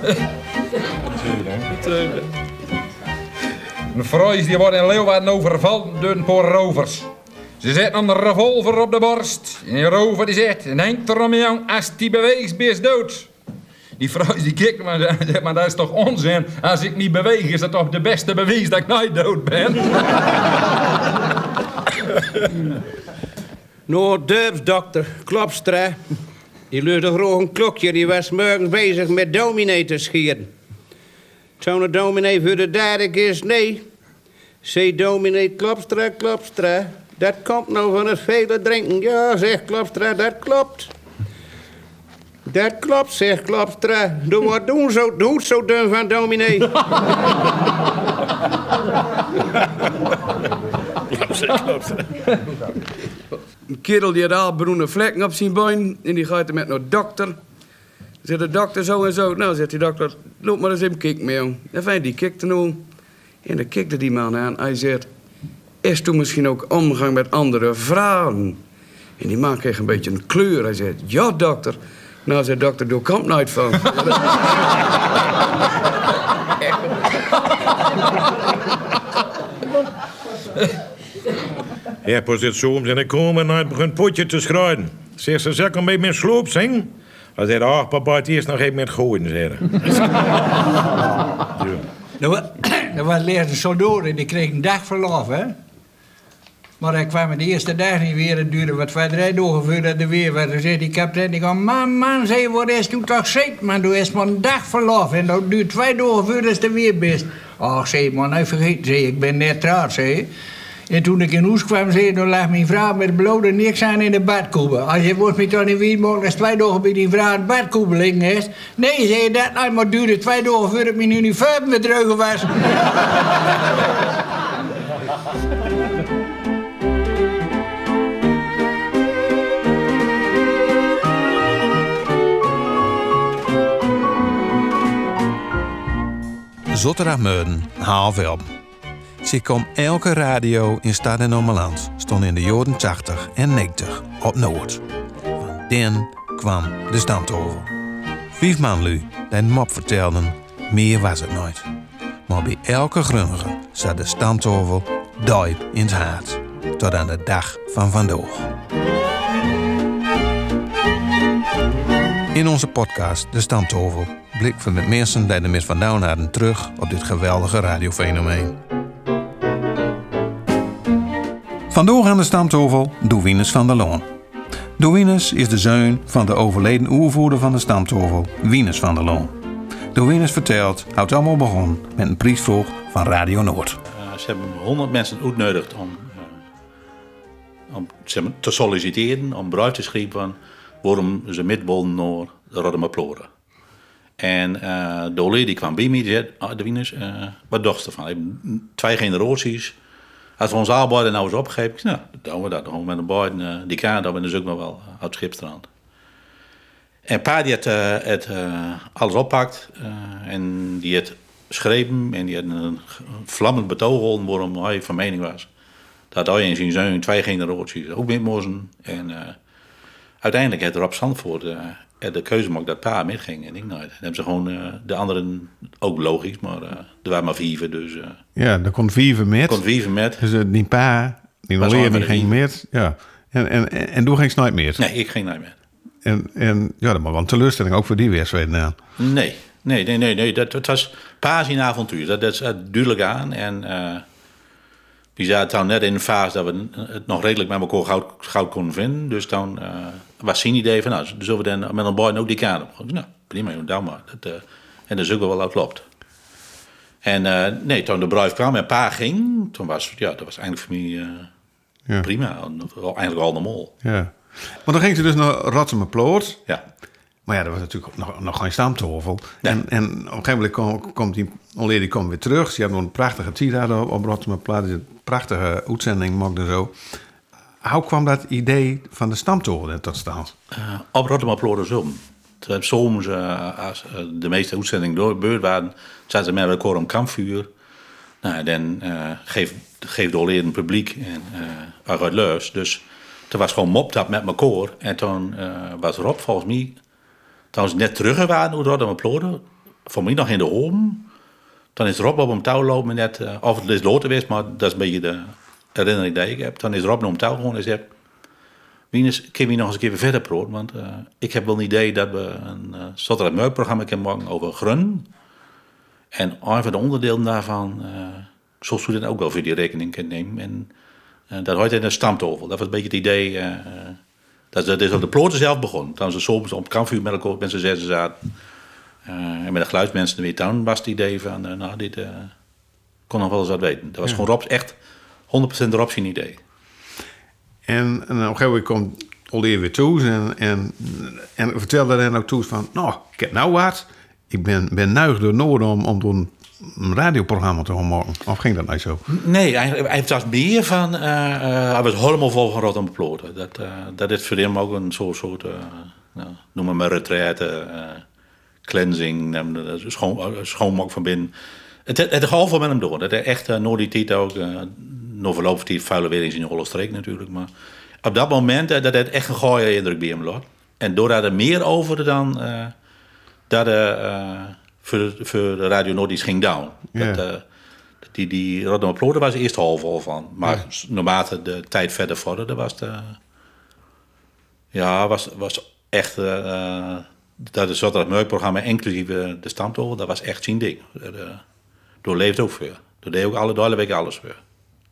Een Fries die wordt in Leeuwarden overvallen door een paar rovers. Ze zetten een revolver op de borst. En die rover die zegt, en denkt erom jou, als die beweegt, ben je dood. Die Fries die kijkt maar en zegt, maar dat is toch onzin? Als ik niet beweeg, is dat toch de beste bewijs dat ik nooit dood ben? Nou, dorpsdokter Klopstra, die luidde graag een klokje, die was morgens bezig met dominee te scheren. Toen de dominee voor de derde keer nee, zei dominee Klopstra, dat komt nou van het vele drinken. Ja, zegt Klopstra, dat klopt. Dat klopt, zegt Klopstra. Er wordt de hoed zo dun van dominee. Een kerel die had al bruine vlekken op zijn been en die gaat er met naar de dokter. Zegt de dokter zo en zo. Nou, zegt die dokter, loop maar eens even kijken mee, jong. En fijn, die kijkt er nou. En dan kijkte die man aan. Hij zegt, is toen misschien ook omgang met andere vrouwen? En die man kreeg een beetje een kleur. Hij zegt, ja, dokter. Nou, zei de dokter, daar komt nooit van. Ja, pas dit soms en ik kom en hij begint potje te schrijden. Zegt ze, zeg een beetje meer sloop zingen. Hij zei, ach papa, het eerst nog even met gooien, zei Er was leerden zo door en die kreeg een dag verlof, hè. Maar hij kwam de eerste dag niet weer. Het duurde wat 2-3 dagen voordat er weer werd. Dan zei die kapitein, die kwam, man, zei je, wat is toen toch ziek? Man, doe eerst maar een dag verlof. En dat duurt 2 dagen voordat er weer bent. Ach, zei man, hij vergeet, zei ik ben net trouwd, zei. En toen ik in huis kwam, zei dan lag mijn vrouw met blote niks aan in de badkoebe. Als je wordt me toch niet wie mogelijk als 2 dagen bij die vrouw in de badkoebe liggen is. Nee, zei je dat, nou, maar het duurde 2 dagen voordat mijn uniform weer droog was. Zotterdaagmorgen, 11:30. Ze kwam elke radio in Stad en Ommeland. Stond in de jaren 80 en 90 op Noord. Van dan kwam de stamtafel. 5 man lui die een mop vertelden, meer was het nooit. Maar bij elke grunnige zat de stamtafel diep in het hart. Tot aan de dag van vandaag. In onze podcast De Stamtafel blikken we met mensen die er met vandaan hadden terug op dit geweldige radiofenomeen. Vandaag aan de Stamtafel Douwinus van der Loon. Douwinus is de zoon van de overleden oervoerder van de Stamtafel, Wienus van der Loon. Douwinus vertelt hoe het allemaal begon met een prijsvraag van Radio Noord. Ze hebben 100 mensen uitgenodigd om te solliciteren, om brief te schrijven van waarom ze midden naar de Roddermerploren. En de olie die kwam bij mij, die zei, de Wienus, wat dacht je ervan? 2 generaties. Als we ons arbeiden nou eens opgeven, nou, dan doen we dat. Dan met een beiden, die kaart hebben we dus ook nog wel op het Schipstrand. En pa die had alles oppakt en die had geschreven en die had een vlammend betoog gehouden waarom hij van mening was. Dat hij en zijn zoon 2 generaties ook mee moesten. En uiteindelijk had Rob Zandvoort de keuze gemaakt dat pa meeging en ik nooit. Dan hebben ze gewoon de anderen, ook logisch, maar er waren maar 4, dus... ja, er kon 4 met. Dus die pa, die leerling die ging met. Ja. En toen ging ze nooit meer. Nee, ik ging nooit meer. En ja, dat was wel een teleurstelling, ook voor die wedstrijd. Nee. Dat was pa zijn avontuur. Dat is duidelijk aan. En we zaten toen net in een fase dat we het nog redelijk met elkaar goud konden vinden. Dus toen was zijn idee van, nou, zullen we dan met een boy ook die kaart op? Nou, prima, doe maar. En dat is ook wel klopt. En toen de bruid kwam en pa ging, toen was dat was eigenlijk voor mij prima. Eigenlijk al normaal. Ja. Maar dan ging ze dus naar Roddermerploort. Ja. Maar ja, dat was natuurlijk nog geen stamtafel. Nee. En op een gegeven moment komt die onleer die weer terug. Ze hebben nog een prachtige tijd op Roddermerploort. Een prachtige uitzending maakte zo. Hoe kwam dat idee van de stamtafel tot stand? Op Roddermerploort zo. Soms, als de meeste uitzendingen doorgebeurd waren, zaten ze met elkaar om kampvuur. Nou, dan geeft de onleer een publiek en uit luis. Dus toen was gewoon moptap met elkaar. En toen was Rob volgens mij, toen ze net terug waren uit Roddermerploort, voor mij nog in de home. Dan is Rob op hem touw lopen net, of het is loten geweest, maar dat is een beetje de herinnering die ik heb. Dan is Rob op hem touw gewoon en zegt, Wieners, kun je nog eens een keer verder praten? Want ik heb wel een idee dat we een soort meukprogramma kunnen maken over grun. En een van de onderdelen daarvan, zoals we dat ook wel voor die rekening kunnen nemen. En dat hoort in een stamtafel. Dat was een beetje het idee. Dat is op de ploten zelf begonnen. Toen ze soms op het kampvuur met elkaar met z'n zessen zaten. En met de geluidsmensen er weer toen was het idee van, dit kon nog wel eens wat weten. Dat was gewoon Rob's echt 100% Rob's idee. En op een gegeven moment komt Olivier weer toe en vertelde dan ook toe van, nou, ik heb nou wat. Ik ben nuig door Noord om een radioprogramma te gaan maken. Of ging dat niet zo? Nee, hij was meer van, hij was helemaal vol van Rotterdam ploten. Dat is voor hem ook een soort noem maar retraite, cleansing, schoonmaak van binnen. Het gaat vol met hem door. Dat is echt nooit die tijd ook, nog verloop van die vuile weer eens in de holle streek natuurlijk. Maar op dat moment, dat het echt een gooie indruk bij hem laat. En doordat er meer over dan dat voor de Radio Noord iets ging down. Ja. Die Rotterdam Ploten was eerst half vol van. Maar naarmate de tijd verder vorderde was echt dat is dat meukprogramma inclusief de stamtafel, dat was echt zijn ding. Doorleefde ook veel. Door deed ook de hele week alles weer.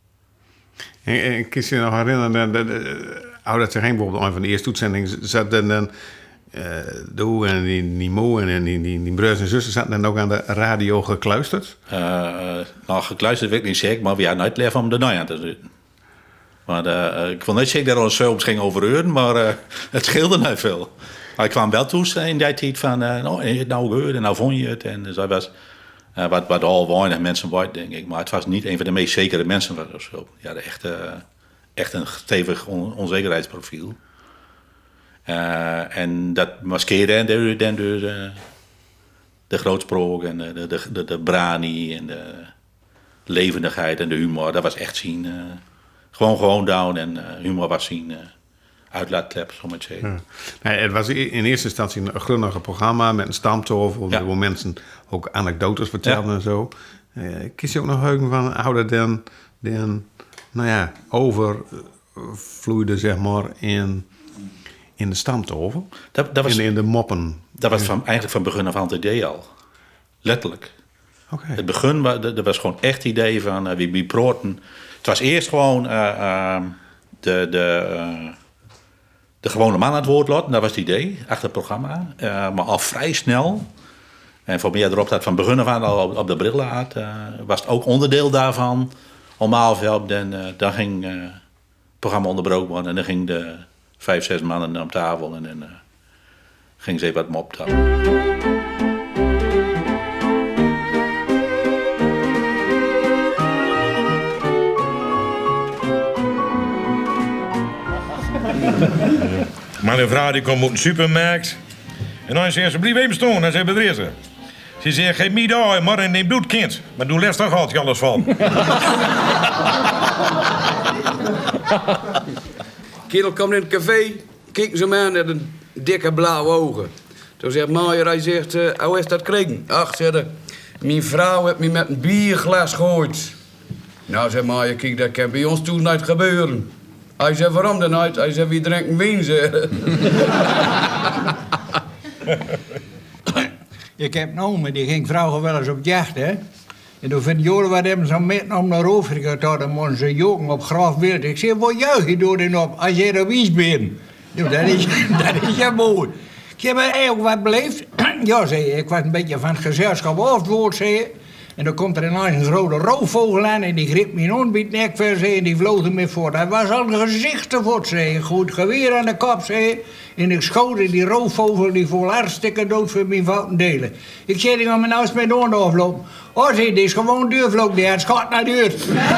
En kun je je nog herinneren, dat er geen bijvoorbeeld een van de eerste uitzendingen zat dan Doe en die Mo en die broers en zussen zaten dan ook aan de radio gekluisterd? Gekluisterd weet ik niet zeker, maar we hadden nooit lef om de naai aan te zitten. Maar ik wil niet zeggen dat ons zo ging overheuren, maar het scheelde niet veel. Maar ik kwam wel toe in die tijd van, je het nou gehoord en nou vond je het. En dus dat was wat al weinig mensen waren, denk ik. Maar het was niet een van de meest zekere mensen of zo. Ja, echt een stevig onzekerheidsprofiel. En dat maskeerde dan door de grootsprook en de brani en de levendigheid en de humor. Dat was echt zien. Gewoon down en humor was zien. Uitlaatklep, zo maar te zeggen. Ja. Nee, het was in eerste instantie een grunnige programma met een stamtafel, waar mensen ook anekdotes vertelden en zo. Kies je ook nog heugen van hoe dat dan overvloeide, zeg maar, in de stamtafel? Dat was, in de moppen? Dat was eigenlijk van begin af aan het idee al. Letterlijk. Okay. Het begin dat was gewoon echt het idee van wie praten. Het was eerst gewoon de gewone man aan het woord laten. Dat was het idee achter het programma. Maar al vrij snel. En voor mij erop dat van begin af aan al op de bril had. Was het ook onderdeel daarvan. Om 11:30 dan ging het programma onderbroken worden. En dan ging de 5-6 mannen op tafel. En dan ging ze even wat mop tellen. Maar een vrouw die komt uit een supermarkt. En dan zegt ze, blijf even staan. En ze bedreven. Ze zegt, geef me daar, maar en neem doet kind. Maar doe les, daar gaat je alles van. Kerel komt in het café, kijkt ze me aan met een dikke blauwe ogen. Toen zegt Maier, hij zegt, hoe is dat kregen? Ach, zegt hij, mijn vrouw heeft me met een bierglas gegooid. Nou, zegt Maier, kijk, dat kan bij ons toen nooit gebeuren. Hij zei, waarom dan nooit? Hij zei, wie drinken wien, zeg. Ik heb een oom, die ging vroeger wel eens op jacht, hè. En toen vind Joden wat hem zo met om naar Afrika te hadden, maar ze joken op grafbeeld. Ik zei, wat juich je door in op als je er wies bent? Nou, dat is ja mooi. Ik heb eigenlijk wat beleefd. Ja, zei je, ik was een beetje van het gezelschap af het woord, zei je. En dan komt er ineens een rode roofvogel aan en die greep me in bij het nek ver, zei je, en die vloog er mee voort. Hij was al een gezicht voort, zei je. Goed geweer aan de kop, zei je. En ik schoot en die roofvogel die vol hartstikke dood voor mijn fouten delen. Ik zei, die gaan me nou eens met de oren aflopen. Oh, zei je, die is gewoon deurvloog, die had schat naar deur.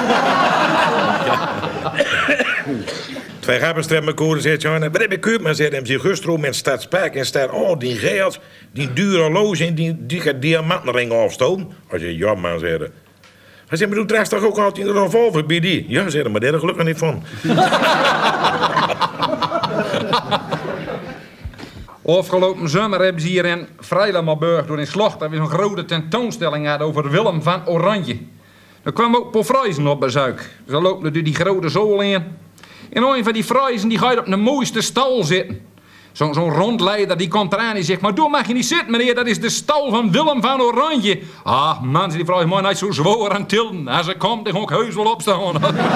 Twee rappenstremmen koren zegt Jan, wat heb ik gehoord? Maar zegt hem, ze gustro met stadspark en staat, oh, die geld, die dure horloge en die gaat diamantenring afstoten. Als je ja, man, zei hij. Hij zei, maar doe straks toch ook altijd een revolver bij die? Ja, zei hij, maar daar gelukkig niet van. Afgelopen zomer hebben ze hier in Vrijlamerburg door in Slocht dat we zo'n grote tentoonstelling hadden over Willem van Oranje. Er kwam ook Paul Fruysen op bezoek. Ze lopen door die grote zool in. En een van die Fruysen die gaat op de mooiste stal zitten. Zo'n rondleider die komt eraan en zegt, maar door mag je niet zitten meneer, dat is de stal van Willem van Oranje. Ah, man, die vraagt maar niet zo zwaar aan tilden. Als ze komt, dan ga ik heus wel opstaan.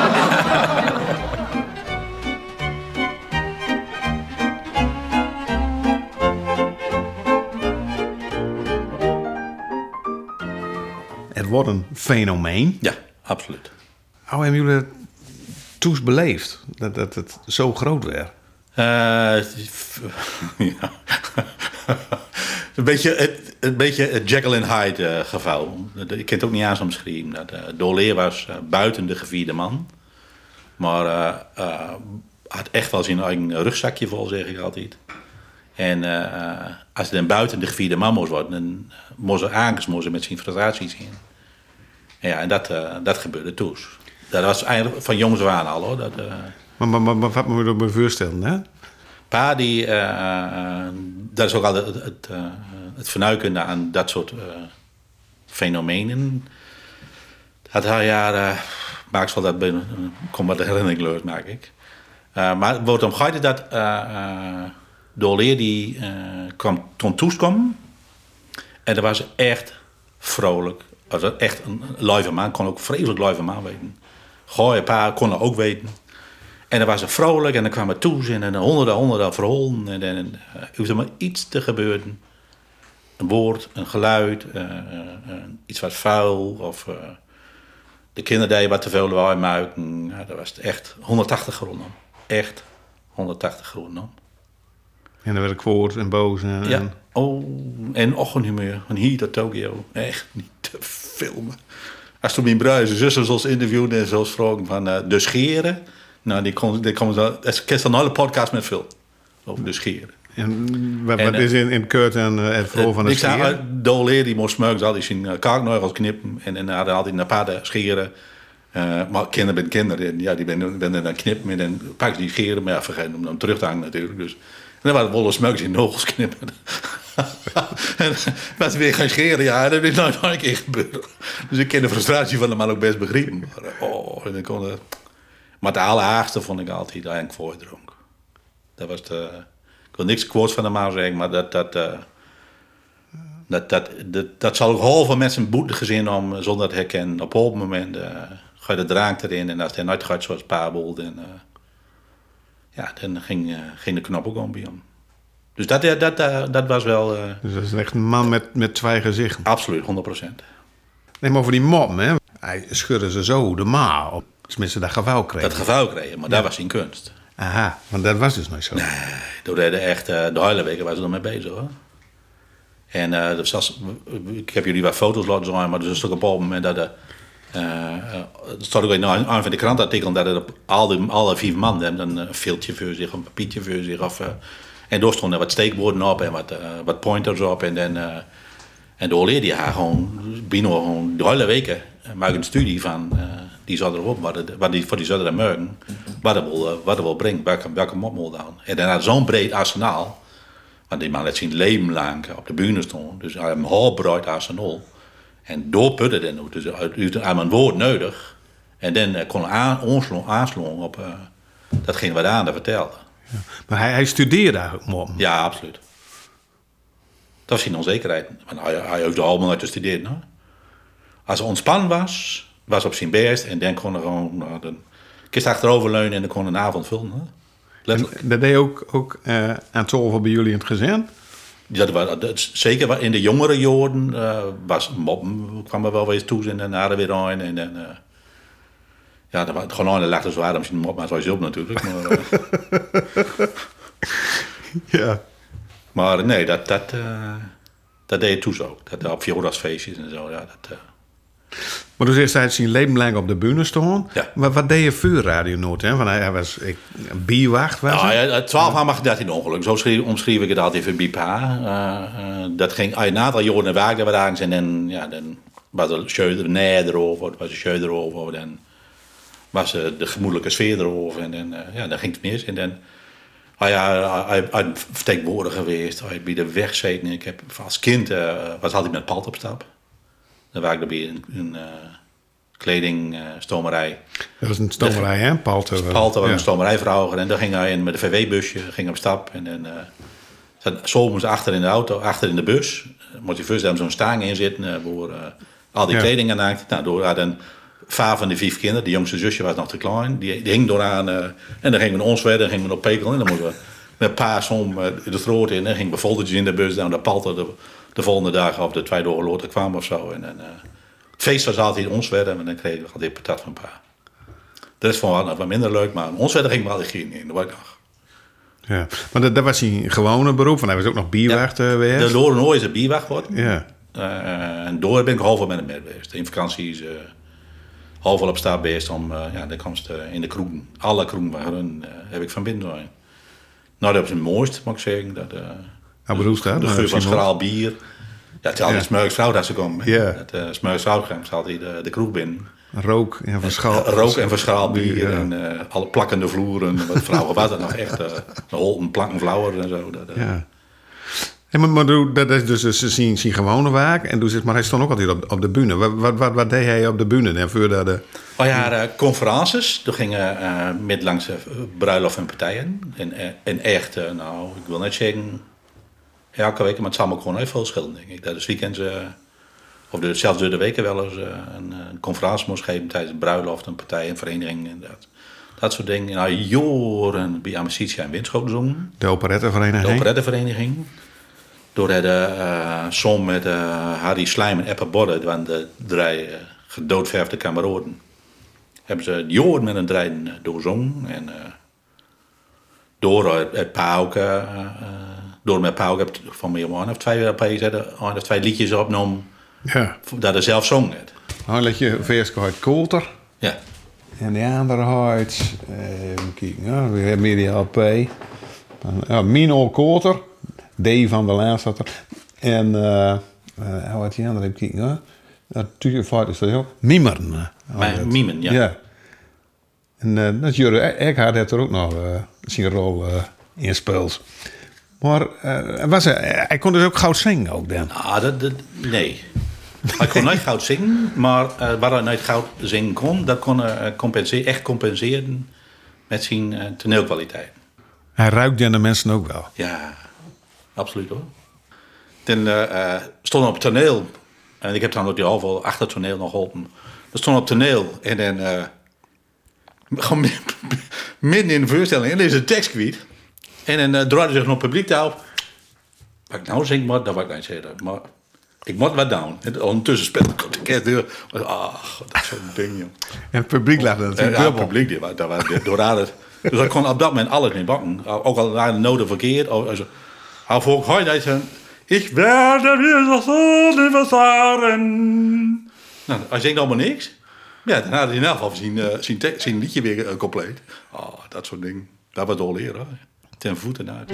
Het wordt een fenomeen. Ja, absoluut. Hoe hebben jullie het toen beleefd? Dat het zo groot werd? Ja. een beetje het Jekyll and Hyde geval. Ik ken het ook niet aan omschreven. Doleer was buiten de gevierde man. Maar had echt wel zijn eigen rugzakje vol, zeg ik altijd. En als hij dan buiten de gevierde man moest worden, dan moest hij aangesmozen met zijn frustraties in. Ja, en dat gebeurde toen. Dat was eigenlijk van jongs af aan al, hoor. Maar wat moet je erbij voorstellen, hè? Pa, dat is ook altijd het vernuikende aan dat soort fenomenen. Dat hij jaren, maak wel dat kom wat de herinnering leuk, maak ik. Maar het wordt omgehouden dat Doleer die kwam toen toeskomen. En dat was echt vrolijk. Dat was echt een live man, kon ook vreselijk live man weten. Goeie pa kon er ook weten. En dan was het vrolijk en dan kwamen toes en dan honderden verholen. En dan hoefde maar iets te gebeuren. Een woord, een geluid, iets wat vuil. Of de kinderen deden wat te veel lawaai maken. Ja, dat was het echt 180 gronden. Echt 180 gronden. En dan werd ik kwaad en boos. Ja. Oh, en ochtendhumeur. Van hier tot Tokio. Echt niet te filmen. Als toen mijn broers en zussen zoals interviewden en zoals vroegen van de scheren. Nou, die komen zo. Ik ken een hele podcast met veel over de scheren. En wat is in Kurt en het verhaal van de scheren? Ik zei, Doleer die moest smeuken altijd zijn kaaknagels knippen. En dan had hij een aparte scheren. Maar kinderen zijn kinderen. Ja, die ben dan knippen en dan pak je die scheren. Maar ja, vergeet hem dan terug te hangen natuurlijk. Dus. En dan waren wollen smeuks in nagels knippen. En was weer gaan scheren, ja, dat is nooit een keer gebeurd. Dus ik ken de frustratie van de man ook best begrepen. Maar, en dan kon het. Maar het allerhaagste vond ik altijd eigenlijk voordronk. Dat was de. Ik wil niks quotes van de man zeggen, maar dat zal ook heel veel mensen boete gezien om zonder te herkennen. Op een moment ga je de drank erin en als hij nooit gaat zoals Pabel, dan ging de knop ook om bij hem. Dus dat was wel. Dus dat is echt een man met twee gezichten. Absoluut, 100%. Nee, maar voor die mop, hè? Hij schudde ze zo de ma op. Tenminste, dat geval kreeg. Dat geval kreeg, maar dat was zijn kunst. Aha, want dat was dus nooit zo. Nee, door de echt de hele weken waren ze er mee bezig, hoor. En ik heb jullie wat foto's laten zien, maar er is ook op een moment dat er staat ook in een van de krantartikelen dat er alle 4 man hebben een filtje voor zich, een papiertje voor zich. En door stonden wat steekwoorden op en wat pointers op. En de Oleer die haar gewoon de hele weken maakt een studie van die zat erop, wat die voor die zouden morgen, wat er wel brengt, welke mop moet dan. En dan had zo'n breed arsenaal, want die man let zien leven lang op de bühne stond, dus hij had een heel breed arsenaal. En doorputte dan ook, dus hij had een woord nodig. En dan kon hij aanslaan op datgene wat hij aan vertelde. Ja. Maar hij studeerde eigenlijk mop. Ja, absoluut. Dat was zijn onzekerheid. Want hij hoefde allemaal uit te studeren. Hoor. Als hij ontspannen was op zijn best en dan kon hij gewoon een kist achteroverleunen en dan kon een avond vullen. Hoor. Letterlijk. Dat deed ook aan tafel bij jullie in het gezin? Ja, dat zeker in de jongere jaren was moppen, kwam er wel weer toe en dan hadden we weer aan. En dan, ja, dat was gewoon een lachte zwaar, misschien mop, maar sowieso op natuurlijk. Maar, ja. Maar nee, dat deed je toen zo. Dat op verjaardagsfeestjes en zo, ja. Maar dus eerst hij zijn leven lang op de bühne staan. Ja. Maar wat deed je voor Radio Noord? Hè? Want hij was een bierwacht. Nou, ja, 12 jaar mag dat in ongeluk. Zo omschreef ik het altijd even bij pa. Dat ging een aantal jaren naar werk dat we daar zijn. En ja, dan was er scheuder erover, was er scheuder erover. Dan was de gemoedelijke sfeer erover. En dan ging het mis. En dan Hij is vertegenwoordiger geweest. Hij is bij de weg gezeten. Ik heb als kind was altijd met palt op stap. Dan was ik er bij een kledingstomerij. Dat is een stomerij, hè? Palte was een stomerijvrouw. En dan ging hij met een VW-busje op stap. En dan zat soms achter in de auto, achter in de bus. Moest je first zo'n stang in zitten waar al die kleding aan hangt. Nou, door dan 5 van de 5 kinderen. De jongste zusje was nog te klein. Die hing door aan. En dan gingen we ons verder, dan gingen we op Pekel. En dan moesten we met paas om de stroot in. En dan gingen we foldertjes in de bus. Dan de palte de volgende dag of de 2 dagen later kwam of zo. En dan, het feest was altijd ons verder. En dan kregen we altijd patat van pa. Dat is voor wat minder leuk. Maar ons verder gingen we altijd geen in. Dat was ik nog. Ja, maar dat was zijn gewone beroep. En hij was ook nog bierwacht geweest. De Lorenhooi is een bierwacht geworden. Ja. En door ben ik half met hem geweest. In vakanties half op stap geweest om de komst in de kroegen. Alle kroegen waren heb ik van binnen zijn. Nou, dat is het mooiste, moet ik zeggen. De geur van schraal bier. Ja, het is altijd Smeugsvrouw dat ze komen. Ja. Smeugsvrouw gaat altijd de kroeg binnen. Rook en verschaald bier en alle plakkende vloeren. Wat vrouwen was dat nog echt. Een plakken flauwer en zo. Ja. En maar dat is dus zijn gewone waak. En dus, maar hij stond ook altijd op de bühne. Wat deed hij op de bühne? En voor de... conferences. Toen gingen midlangs bruiloft en partijen. En echt, ik wil net zeggen... elke week, maar het zal me ook gewoon heel veel verschillen, denk ik. Dat is weekends... of zelfs door de weken wel eens een conferentie moest geven tijdens een bruiloft, een partij, een vereniging en dat soort dingen. Nou, jaren bij Amicitia en Winschoten zongen. De operettevereniging. Door de som met Harry Slijm en Eppa Bodde, waren de 3 gedoodverfde kameraden. Hebben ze jaren met een drijden doorzongen. En door het pauken, door met pauken van mij om 1 of 2 liedjes opgenomen. Ja. Dat hij zelf zong net. Nou, let je vers uit Koolter. Ja. En de andere uit... kijk, we hebben meer die LP. Mino Koolter. D van de laatste. En... wat die andere heb ik gekeken. Natuurlijk fout is dat heel... Mimeren. Mimen, ja. En dat Jurre Eckhart heeft er ook nog zijn rol in speelt. Maar hij kon dus ook goud zingen ook dan? Nee. Hij kon niet goud zingen, maar waar hij niet goud zingen kon, dat kon echt compenseren met zijn toneelkwaliteit. Hij ruikt de mensen ook wel. Ja, absoluut hoor. Toen stond op het toneel, en ik heb dan ook die halve achter het toneel nog geholpen. Dan stond op het toneel en dan gewoon midden in de voorstelling en er is een tekst kwijt. En dan draaide zich nog publiek op. Wat ik nou zing, dat wat ik niet zeggen. Maar ik moet wat down. En ondertussen speelde ik op de kerstdeur. Ach, dat is zo'n ding, joh. En het publiek lag natuurlijk het publiek, dat was doorraden. Dus ik kon op dat moment alles niet bakken. Ook al waren de noten verkeerd. Hij vroeg, hoi, dat is ik werde weer zo niet versaren. Nou, hij zingt allemaal niks. Ja, dan had hij in elk geval zijn liedje weer compleet. Dat soort dingen. Dat was dol leren. Ten voeten uit.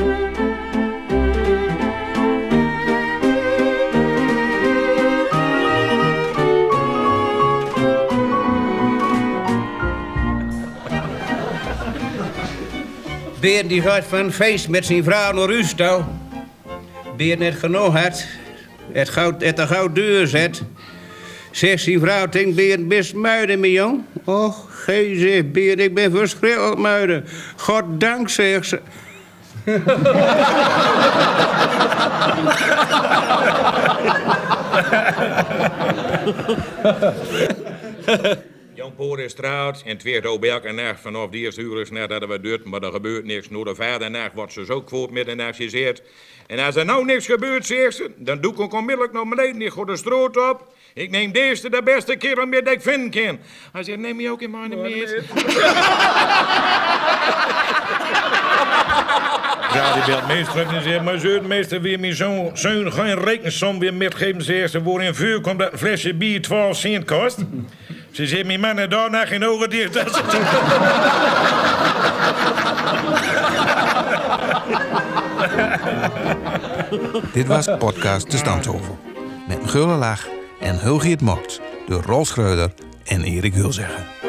Beer die gaat van een feest met zijn vrouw naar huis toe. Beer net genoeg had, het de goud deur zet. Zegt zijn vrouw tegen Beer, best muiden, mijn jong. Och, zegt Beer, ik ben verschrikkelijk muiden. Goddank, zegt ze. Jan Poor is trouwd en het weer op elke nacht vanaf de eerste uur is net dat we deurten, maar er gebeurt niks. Nou, de vader nacht wordt ze zo kwoot middernacht gezeerd. En als er nou niks gebeurt, zegt ze, dan doe ik ook onmiddellijk naar beneden. Ik ga de stroot op. Ik neem de beste kerel meer dat ik vinden kan. Hij zegt, neem je ook in mijn meet. Ja, die belt meester en zegt, maar meester weer mijn zoon geen rekensom weer metgeven. Zegt ze, voor in vuur komt dat een flesje bier 12 cent kost. Ze zegt, mijn man en daarna geen ogen dicht. Dat ze Dit was podcast De Stamtafel. Met een gulle lach en Hulgiet Mokt door Rolf Schreuder en Erik Hulzeggen.